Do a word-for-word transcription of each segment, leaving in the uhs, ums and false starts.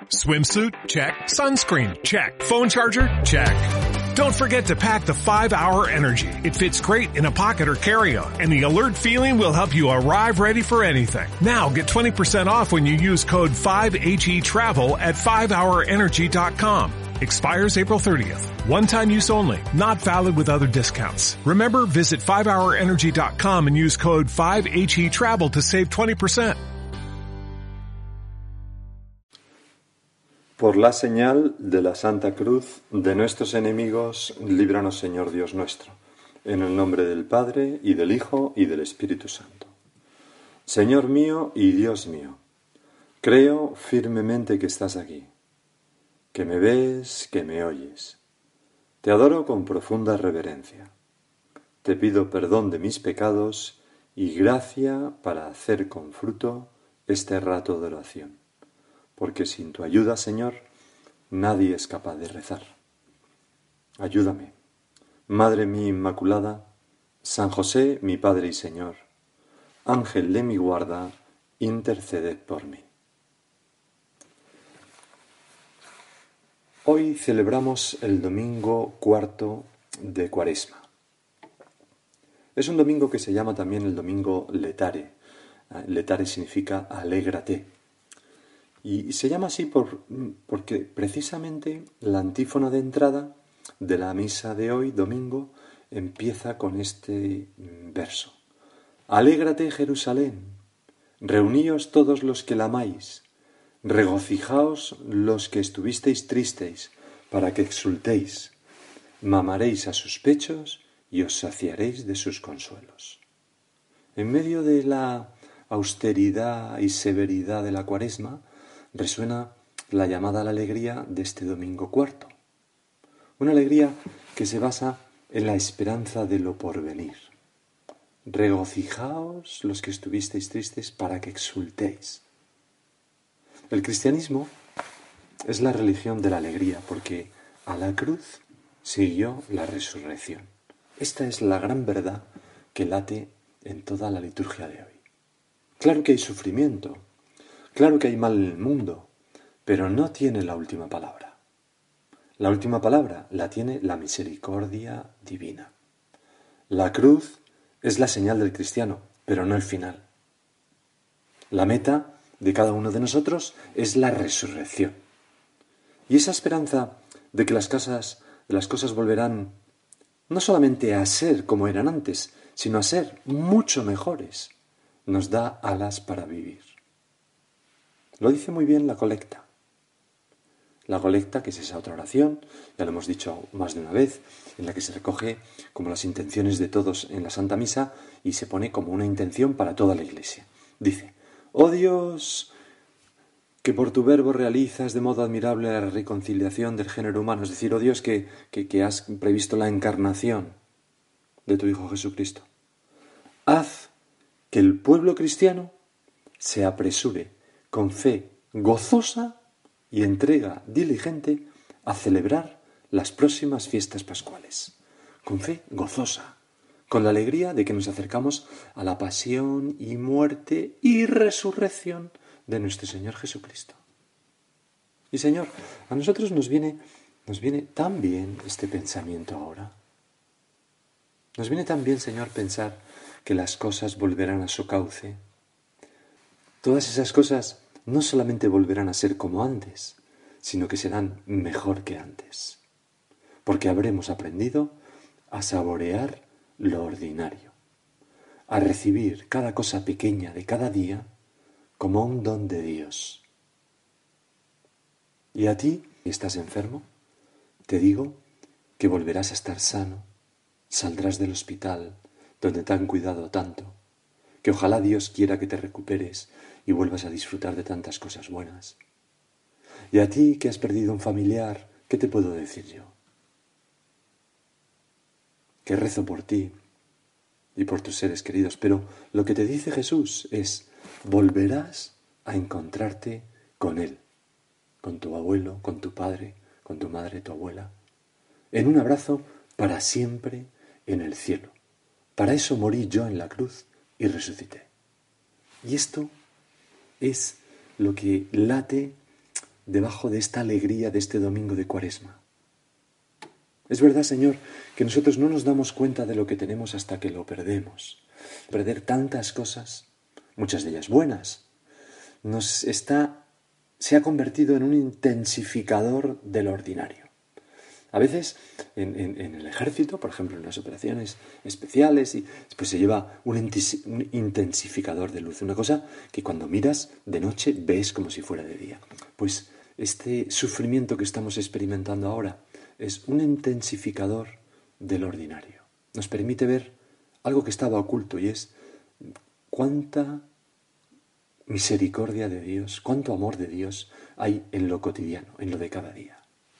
Swimsuit? Check. Sunscreen? Check. Phone charger? Check. Don't forget to pack the five hour Energy. It fits great in a pocket or carry-on, and the alert feeling will help you arrive ready for anything. Now get twenty percent off when you use code five H E travel at five hour energy dot com. Expires April thirtieth. One-time use only. Not valid with other discounts. Remember, visit five hour energy dot com and use code five H E travel to save twenty percent. Por la señal de la Santa Cruz de nuestros enemigos, líbranos, Señor Dios nuestro, en el nombre del Padre, y del Hijo, y del Espíritu Santo. Señor mío y Dios mío, creo firmemente que estás aquí, que me ves, que me oyes. Te adoro con profunda reverencia. Te pido perdón de mis pecados y gracia para hacer con fruto este rato de oración. Porque sin tu ayuda, Señor, nadie es capaz de rezar. Ayúdame, Madre mía Inmaculada, San José, mi Padre y Señor, Ángel de mi guarda, interceded por mí. Hoy celebramos el domingo cuarto de Cuaresma. Es un domingo que se llama también el domingo Letare. Letare significa alégrate. Y se llama así por, porque precisamente la antífona de entrada de la misa de hoy, domingo, empieza con este verso. Alégrate, Jerusalén, reuníos todos los que la amáis, regocijaos los que estuvisteis tristes, para que exultéis, mamaréis a sus pechos y os saciaréis de sus consuelos. En medio de la austeridad y severidad de la Cuaresma, resuena la llamada a la alegría de este domingo cuarto. Una alegría que se basa en la esperanza de lo porvenir. Regocijaos los que estuvisteis tristes para que exultéis. El cristianismo es la religión de la alegría porque a la cruz siguió la resurrección. Esta es la gran verdad que late en toda la liturgia de hoy. Claro que hay sufrimiento, claro que hay mal en el mundo, pero no tiene la última palabra. La última palabra la tiene la misericordia divina. La cruz es la señal del cristiano, pero no el final. La meta de cada uno de nosotros es la resurrección. Y esa esperanza de que las cosas, las cosas volverán no solamente a ser como eran antes, sino a ser mucho mejores, nos da alas para vivir. Lo dice muy bien la colecta. La colecta, que es esa otra oración, ya lo hemos dicho más de una vez, en la que se recoge como las intenciones de todos en la Santa Misa y se pone como una intención para toda la Iglesia. Dice, oh Dios, que por tu verbo realizas de modo admirable la reconciliación del género humano, es decir, oh Dios, que, que, que has previsto la encarnación de tu Hijo Jesucristo. Haz que el pueblo cristiano se apresure con fe gozosa y entrega diligente a celebrar las próximas fiestas pascuales. Con fe gozosa, con la alegría de que nos acercamos a la pasión y muerte y resurrección de nuestro Señor Jesucristo. Y Señor, a nosotros nos viene, nos viene tan bien este pensamiento ahora. Nos viene tan bien, Señor, pensar que las cosas volverán a su cauce. Todas esas cosas no solamente volverán a ser como antes, sino que serán mejor que antes, porque habremos aprendido a saborear lo ordinario, a recibir cada cosa pequeña de cada día como un don de Dios. Y a ti, que estás enfermo, te digo que volverás a estar sano, saldrás del hospital donde te han cuidado tanto, que ojalá Dios quiera que te recuperes y vuelvas a disfrutar de tantas cosas buenas. Y a ti que has perdido un familiar, ¿qué te puedo decir yo? Que rezo por ti y por tus seres queridos, pero lo que te dice Jesús es, volverás a encontrarte con Él, con tu abuelo, con tu padre, con tu madre, tu abuela, en un abrazo para siempre en el cielo. Para eso morí yo en la cruz y resucité. Y esto es lo que late debajo de esta alegría de este domingo de Cuaresma. Es verdad, Señor, que nosotros no nos damos cuenta de lo que tenemos hasta que lo perdemos. Perder tantas cosas, muchas de ellas buenas, nos está, se ha convertido en un intensificador del ordinario. A veces en, en, en el ejército, por ejemplo, en las operaciones especiales, y, pues se lleva un, un intensificador de luz, una cosa que cuando miras de noche ves como si fuera de día. Pues este sufrimiento que estamos experimentando ahora es un intensificador del ordinario. Nos permite ver algo que estaba oculto, y es cuánta misericordia de Dios, cuánto amor de Dios hay en lo cotidiano, en lo de cada día.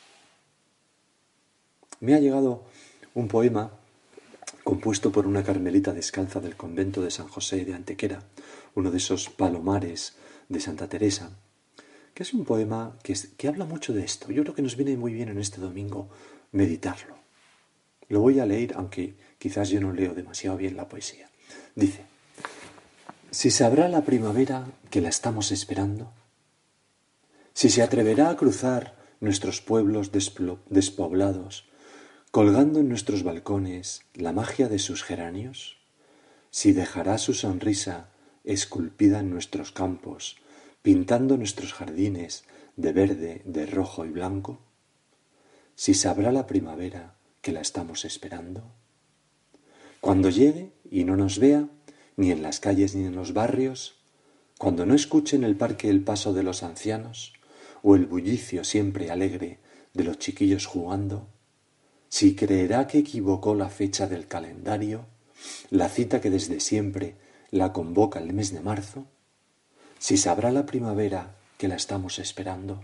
Me ha llegado un poema compuesto por una carmelita descalza del convento de San José de Antequera, uno de esos palomares de Santa Teresa, que es un poema que, es, que habla mucho de esto. Yo creo que nos viene muy bien en este domingo meditarlo. Lo voy a leer, aunque quizás yo no leo demasiado bien la poesía. Dice: si sabrá la primavera que la estamos esperando, si se atreverá a cruzar nuestros pueblos desplo- despoblados, colgando en nuestros balcones la magia de sus geranios, si dejará su sonrisa esculpida en nuestros campos, pintando nuestros jardines de verde, de rojo y blanco, si sabrá la primavera que la estamos esperando. Cuando llegue y no nos vea, ni en las calles ni en los barrios, cuando no escuche en el parque el paso de los ancianos, o el bullicio siempre alegre de los chiquillos jugando, si creerá que equivocó la fecha del calendario, la cita que desde siempre la convoca el mes de marzo, si sabrá la primavera que la estamos esperando.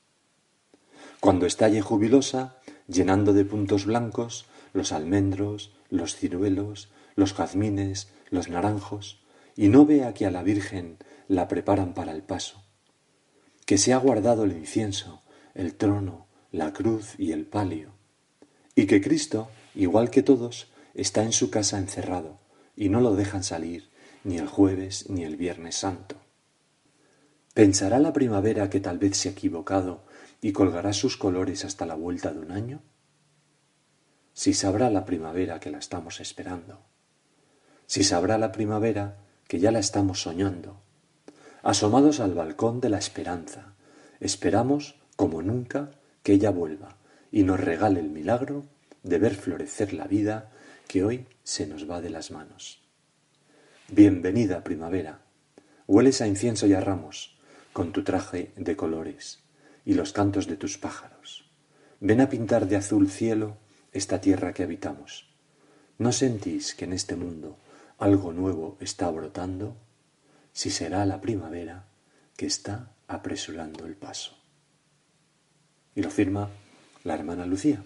Cuando estalle jubilosa, llenando de puntos blancos los almendros, los ciruelos, los jazmines, los naranjos, y no vea que a la Virgen la preparan para el paso, que se ha guardado el incienso, el trono, la cruz y el palio, y que Cristo, igual que todos, está en su casa encerrado, y no lo dejan salir ni el jueves ni el viernes santo. ¿Pensará la primavera que tal vez se ha equivocado y colgará sus colores hasta la vuelta de un año? Si sabrá la primavera que la estamos esperando, si sabrá la primavera que ya la estamos soñando, asomados al balcón de la esperanza, esperamos como nunca que ella vuelva y nos regale el milagro de ver florecer la vida que hoy se nos va de las manos. Bienvenida primavera, hueles a incienso y a ramos, con tu traje de colores y los cantos de tus pájaros. Ven a pintar de azul cielo esta tierra que habitamos. ¿No sentís que en este mundo algo nuevo está brotando? Si será la primavera que está apresurando el paso. Y lo firma la hermana Lucía.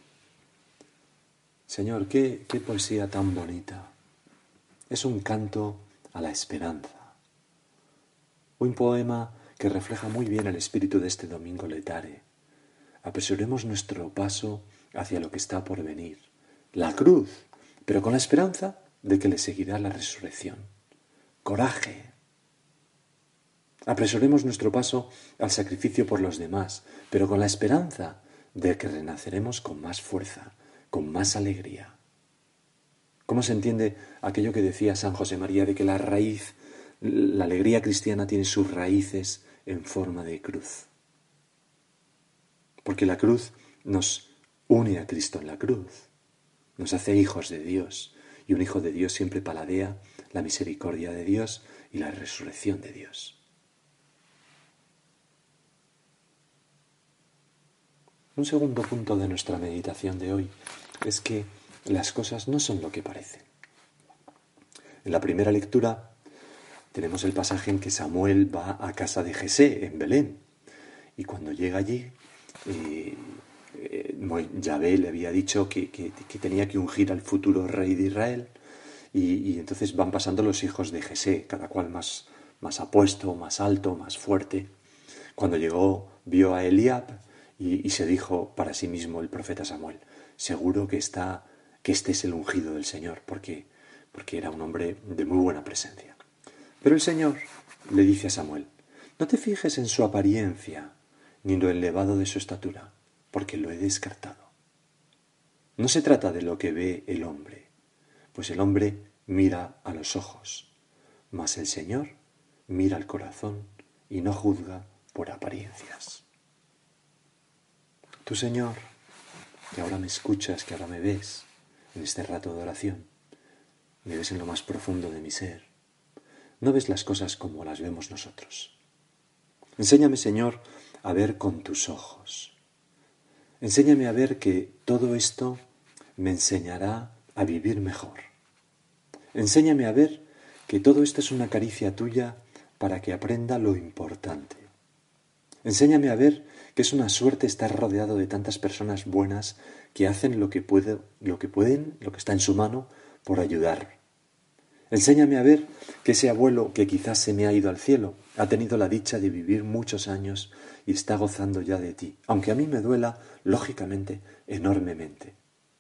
Señor, qué, qué poesía tan bonita. Es un canto a la esperanza. Un poema que refleja muy bien el espíritu de este domingo letare. Apresuremos nuestro paso hacia lo que está por venir, la cruz, pero con la esperanza de que le seguirá la resurrección. Coraje. Apresuremos nuestro paso al sacrificio por los demás, pero con la esperanza de que renaceremos con más fuerza, con más alegría. ¿Cómo se entiende aquello que decía San José María de que la raíz, la alegría cristiana tiene sus raíces en forma de cruz? Porque la cruz nos une a Cristo en la cruz, nos hace hijos de Dios, y un hijo de Dios siempre paladea la misericordia de Dios y la resurrección de Dios. Un segundo punto de nuestra meditación de hoy es que las cosas no son lo que parecen. En la primera lectura tenemos el pasaje en que Samuel va a casa de Jesé en Belén, y cuando llega allí, eh, eh, Yahvé le había dicho que, que, que tenía que ungir al futuro rey de Israel, y, y entonces van pasando los hijos de Jesé, cada cual más, más apuesto, más alto, más fuerte. Cuando llegó, vio a Eliab y, y se dijo para sí mismo el profeta Samuel: seguro que, está, que este es el ungido del Señor, porque, porque era un hombre de muy buena presencia. Pero el Señor le dice a Samuel: no te fijes en su apariencia ni lo elevado de su estatura, porque lo he descartado. No se trata de lo que ve el hombre, pues el hombre mira a los ojos, mas el Señor mira al corazón y no juzga por apariencias. Tú, Señor, que ahora me escuchas, que ahora me ves en este rato de oración, me ves en lo más profundo de mi ser, no ves las cosas como las vemos nosotros. Enséñame, Señor, a ver con tus ojos. Enséñame a ver que todo esto me enseñará a vivir mejor. Enséñame a ver que todo esto es una caricia tuya para que aprenda lo importante. Enséñame a ver que es una suerte estar rodeado de tantas personas buenas que hacen lo que puede, lo que pueden, lo que está en su mano, por ayudar. Enséñame a ver que ese abuelo que quizás se me ha ido al cielo ha tenido la dicha de vivir muchos años y está gozando ya de ti, aunque a mí me duela, lógicamente, enormemente.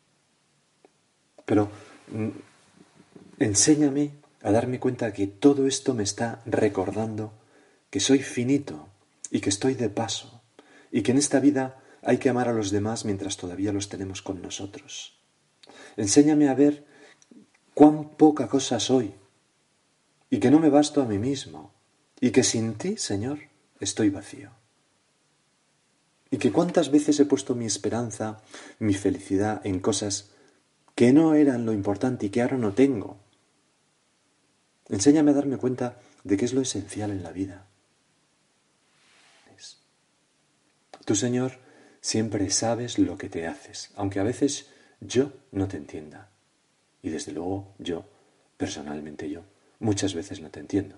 Pero mm, enséñame a darme cuenta de que todo esto me está recordando que soy finito y que estoy de paso y que en esta vida hay que amar a los demás mientras todavía los tenemos con nosotros. Enséñame a ver cuán poca cosa soy y que no me basto a mí mismo y que sin ti, Señor, estoy vacío. Y que cuántas veces he puesto mi esperanza, mi felicidad en cosas que no eran lo importante y que ahora no tengo. Enséñame a darme cuenta de qué es lo esencial en la vida. Tú, Señor, siempre sabes lo que te haces, aunque a veces yo no te entienda. Y desde luego yo, personalmente yo, muchas veces no te entiendo.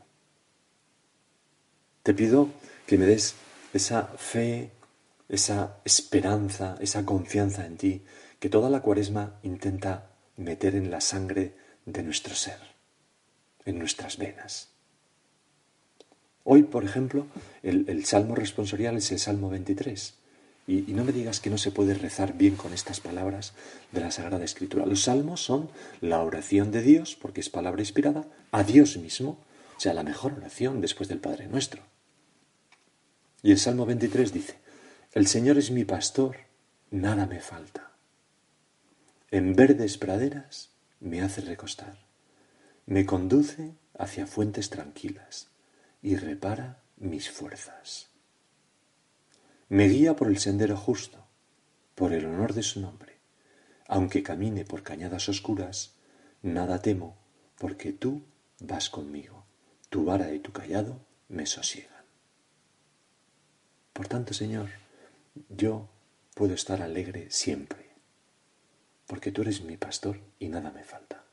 Te pido que me des esa fe, esa esperanza, esa confianza en ti, que toda la Cuaresma intenta meter en la sangre de nuestro ser, en nuestras venas. Hoy, por ejemplo, el, el Salmo responsorial es el Salmo veintitrés. Y, y no me digas que no se puede rezar bien con estas palabras de la Sagrada Escritura. Los salmos son la oración de Dios, porque es palabra inspirada, a Dios mismo, o sea, la mejor oración después del Padre Nuestro. Y el Salmo veintitrés dice: el Señor es mi pastor, nada me falta. En verdes praderas me hace recostar, me conduce hacia fuentes tranquilas y repara mis fuerzas. Me guía por el sendero justo, por el honor de su nombre. Aunque camine por cañadas oscuras, nada temo, porque tú vas conmigo. Tu vara y tu cayado me sosiegan. Por tanto, Señor, yo puedo estar alegre siempre, porque tú eres mi pastor y nada me falta.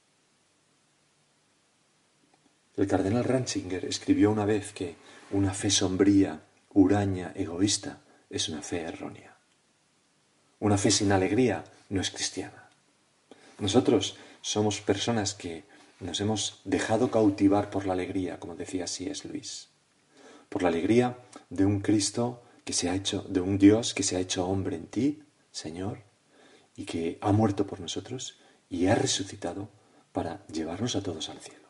El cardenal Ratzinger escribió una vez que una fe sombría, huraña, egoísta, es una fe errónea. Una fe sin alegría no es cristiana. Nosotros somos personas que nos hemos dejado cautivar por la alegría, como decía C S Lewis, por la alegría de un Cristo que se ha hecho, de un Dios que se ha hecho hombre en ti, Señor, y que ha muerto por nosotros y ha resucitado para llevarnos a todos al cielo.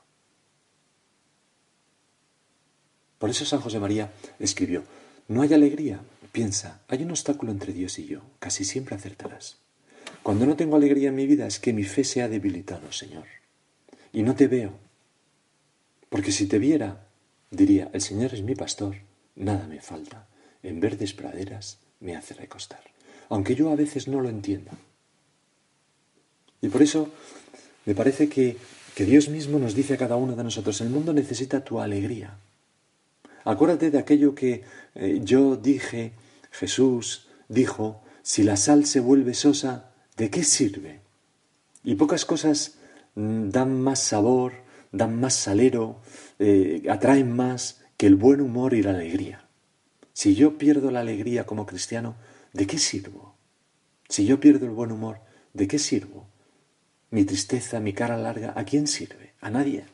Por eso San José María escribió: no hay alegría, piensa, hay un obstáculo entre Dios y yo, casi siempre acertarás. Cuando no tengo alegría en mi vida es que mi fe se ha debilitado, Señor, y no te veo, porque si te viera, diría: el Señor es mi pastor, nada me falta, en verdes praderas me hace recostar, aunque yo a veces no lo entienda. Y por eso me parece que, que Dios mismo nos dice a cada uno de nosotros: el mundo necesita tu alegría. Acuérdate de aquello que eh, yo dije, Jesús dijo: si la sal se vuelve sosa, ¿de qué sirve? Y pocas cosas mm, dan más sabor, dan más salero, eh, atraen más que el buen humor y la alegría. Si yo pierdo la alegría como cristiano, ¿de qué sirvo? Si yo pierdo el buen humor, ¿de qué sirvo? Mi tristeza, mi cara larga, ¿a quién sirve? A nadie.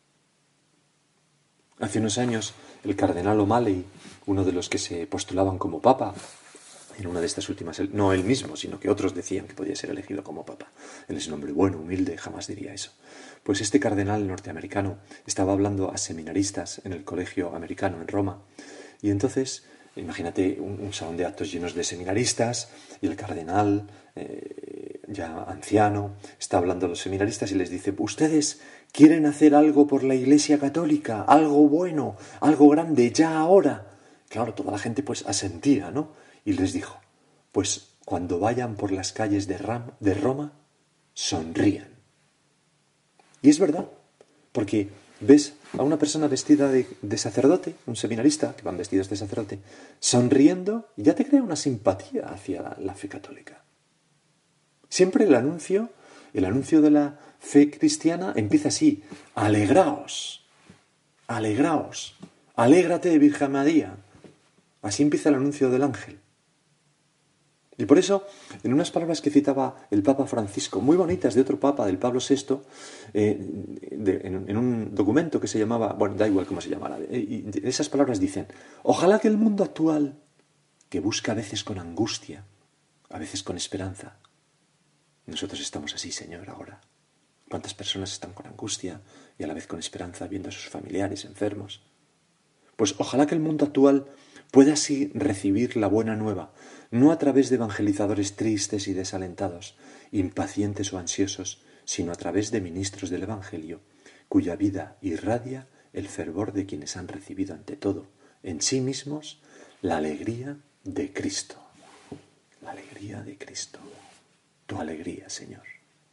Hace unos años, el cardenal O'Malley, uno de los que se postulaban como papa, en una de estas últimas, no él mismo, sino que otros decían que podía ser elegido como papa. Él es un hombre bueno, humilde, jamás diría eso. Pues este cardenal norteamericano estaba hablando a seminaristas en el colegio americano en Roma, y entonces Imagínate un, un salón de actos llenos de seminaristas y el cardenal, eh, ya anciano, está hablando a los seminaristas y les dice: ustedes quieren hacer algo por la Iglesia Católica, algo bueno, algo grande, ya ahora. Claro, toda la gente pues asentía, ¿no? Y les dijo: pues cuando vayan por las calles de, Ram, de Roma, sonrían. Y es verdad, porque ves a una persona vestida de, de sacerdote, un seminarista, que van vestidos de sacerdote, sonriendo, y ya te crea una simpatía hacia la, la fe católica. Siempre el anuncio, el anuncio de la fe cristiana empieza así: alegraos, alegraos, alégrate, Virgen María. Así empieza el anuncio del ángel. Y por eso, en unas palabras que citaba el Papa Francisco, muy bonitas, de otro Papa, del Pablo sexto, eh, de, en, en un documento que se llamaba, bueno, da igual cómo se llamara, eh, y de esas palabras dicen: ojalá que el mundo actual, que busca a veces con angustia, a veces con esperanza, nosotros estamos así, Señor, ahora. ¿Cuántas personas están con angustia y a la vez con esperanza viendo a sus familiares enfermos? Pues ojalá que el mundo actual pueda así recibir la buena nueva, no a través de evangelizadores tristes y desalentados, impacientes o ansiosos, sino a través de ministros del Evangelio, cuya vida irradia el fervor de quienes han recibido ante todo, en sí mismos, la alegría de Cristo. La alegría de Cristo. Tu alegría, Señor.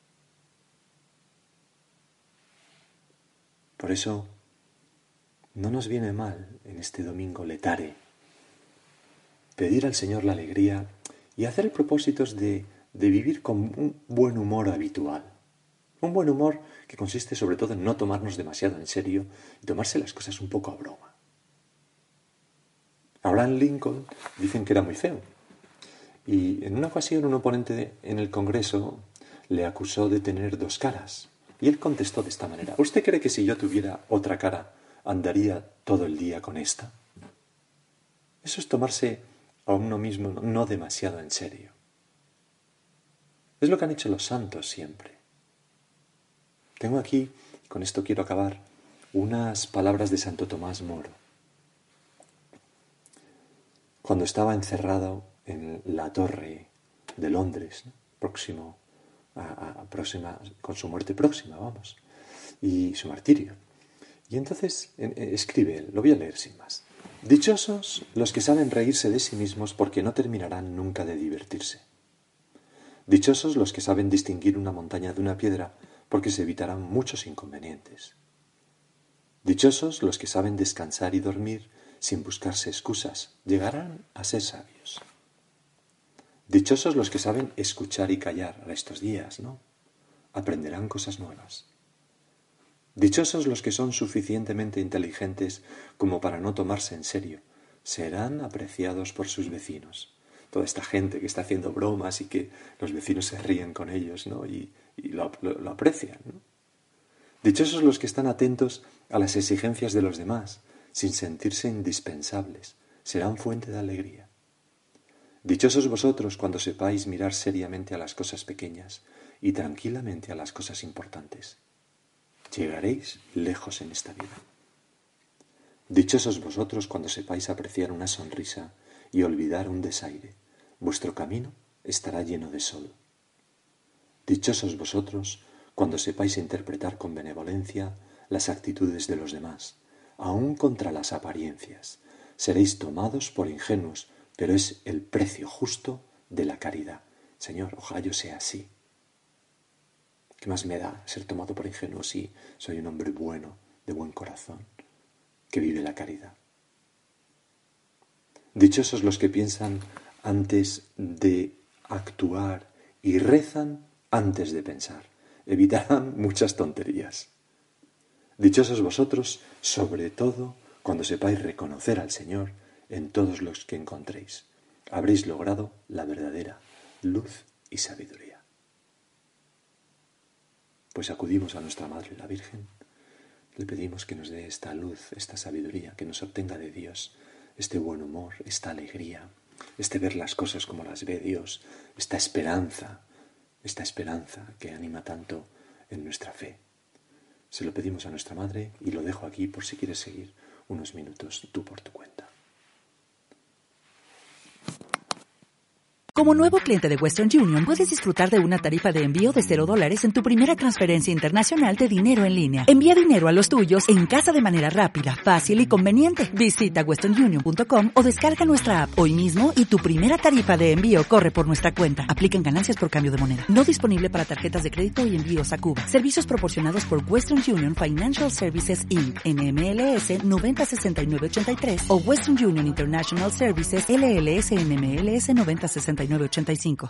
Por eso, no nos viene mal en este domingo letare pedir al Señor la alegría y hacer propósitos de, de vivir con un buen humor habitual. Un buen humor que consiste sobre todo en no tomarnos demasiado en serio y tomarse las cosas un poco a broma. Abraham Lincoln dicen que era muy feo. Y en una ocasión un oponente en el Congreso le acusó de tener dos caras. Y él contestó de esta manera: ¿usted cree que si yo tuviera otra cara andaría todo el día con esta? Eso es tomarse a uno mismo no demasiado en serio. Es lo que han hecho los santos siempre. Tengo aquí, con esto quiero acabar, unas palabras de Santo Tomás Moro. Cuando estaba encerrado en la torre de Londres, ¿no? próximo a, a, próxima, con su muerte próxima, vamos, y su martirio. Y entonces en, en, escribe él, lo voy a leer sin más. Dichosos los que saben reírse de sí mismos porque no terminarán nunca de divertirse. Dichosos los que saben distinguir una montaña de una piedra porque se evitarán muchos inconvenientes. Dichosos los que saben descansar y dormir sin buscarse excusas, llegarán a ser sabios. Dichosos los que saben escuchar y callar a estos días, ¿no? Aprenderán cosas nuevas. Dichosos los que son suficientemente inteligentes como para no tomarse en serio, serán apreciados por sus vecinos. Toda esta gente que está haciendo bromas y que los vecinos se ríen con ellos, ¿no? y, y lo, lo, lo aprecian, ¿no? Dichosos los que están atentos a las exigencias de los demás, sin sentirse indispensables, serán fuente de alegría. Dichosos vosotros cuando sepáis mirar seriamente a las cosas pequeñas y tranquilamente a las cosas importantes. Llegaréis lejos en esta vida. Dichosos vosotros cuando sepáis apreciar una sonrisa y olvidar un desaire. Vuestro camino estará lleno de sol. Dichosos vosotros cuando sepáis interpretar con benevolencia las actitudes de los demás, aun contra las apariencias. Seréis tomados por ingenuos, pero es el precio justo de la caridad. Señor, ojalá yo sea así. ¿Qué más me da ser tomado por ingenuo si soy un hombre bueno, de buen corazón, que vive la caridad? Dichosos los que piensan antes de actuar y rezan antes de pensar. Evitarán muchas tonterías. Dichosos vosotros, sobre todo, cuando sepáis reconocer al Señor en todos los que encontréis. Habréis logrado la verdadera luz y sabiduría. Pues acudimos a nuestra Madre la Virgen, le pedimos que nos dé esta luz, esta sabiduría, que nos obtenga de Dios este buen humor, esta alegría, este ver las cosas como las ve Dios, esta esperanza, esta esperanza que anima tanto en nuestra fe. Se lo pedimos a nuestra Madre y lo dejo aquí por si quieres seguir unos minutos tú por tu cuenta. Como nuevo cliente de Western Union, puedes disfrutar de una tarifa de envío de cero dólares en tu primera transferencia internacional de dinero en línea. Envía dinero a los tuyos en casa de manera rápida, fácil y conveniente. Visita western union punto com o descarga nuestra app hoy mismo y tu primera tarifa de envío corre por nuestra cuenta. Aplican ganancias por cambio de moneda. No disponible para tarjetas de crédito y envíos a Cuba. Servicios proporcionados por Western Union Financial Services incorporated. N M L S noventa sesenta y nueve ochenta y tres o Western Union International Services L L S N M L S noventa sesenta y nueve ochenta y cinco.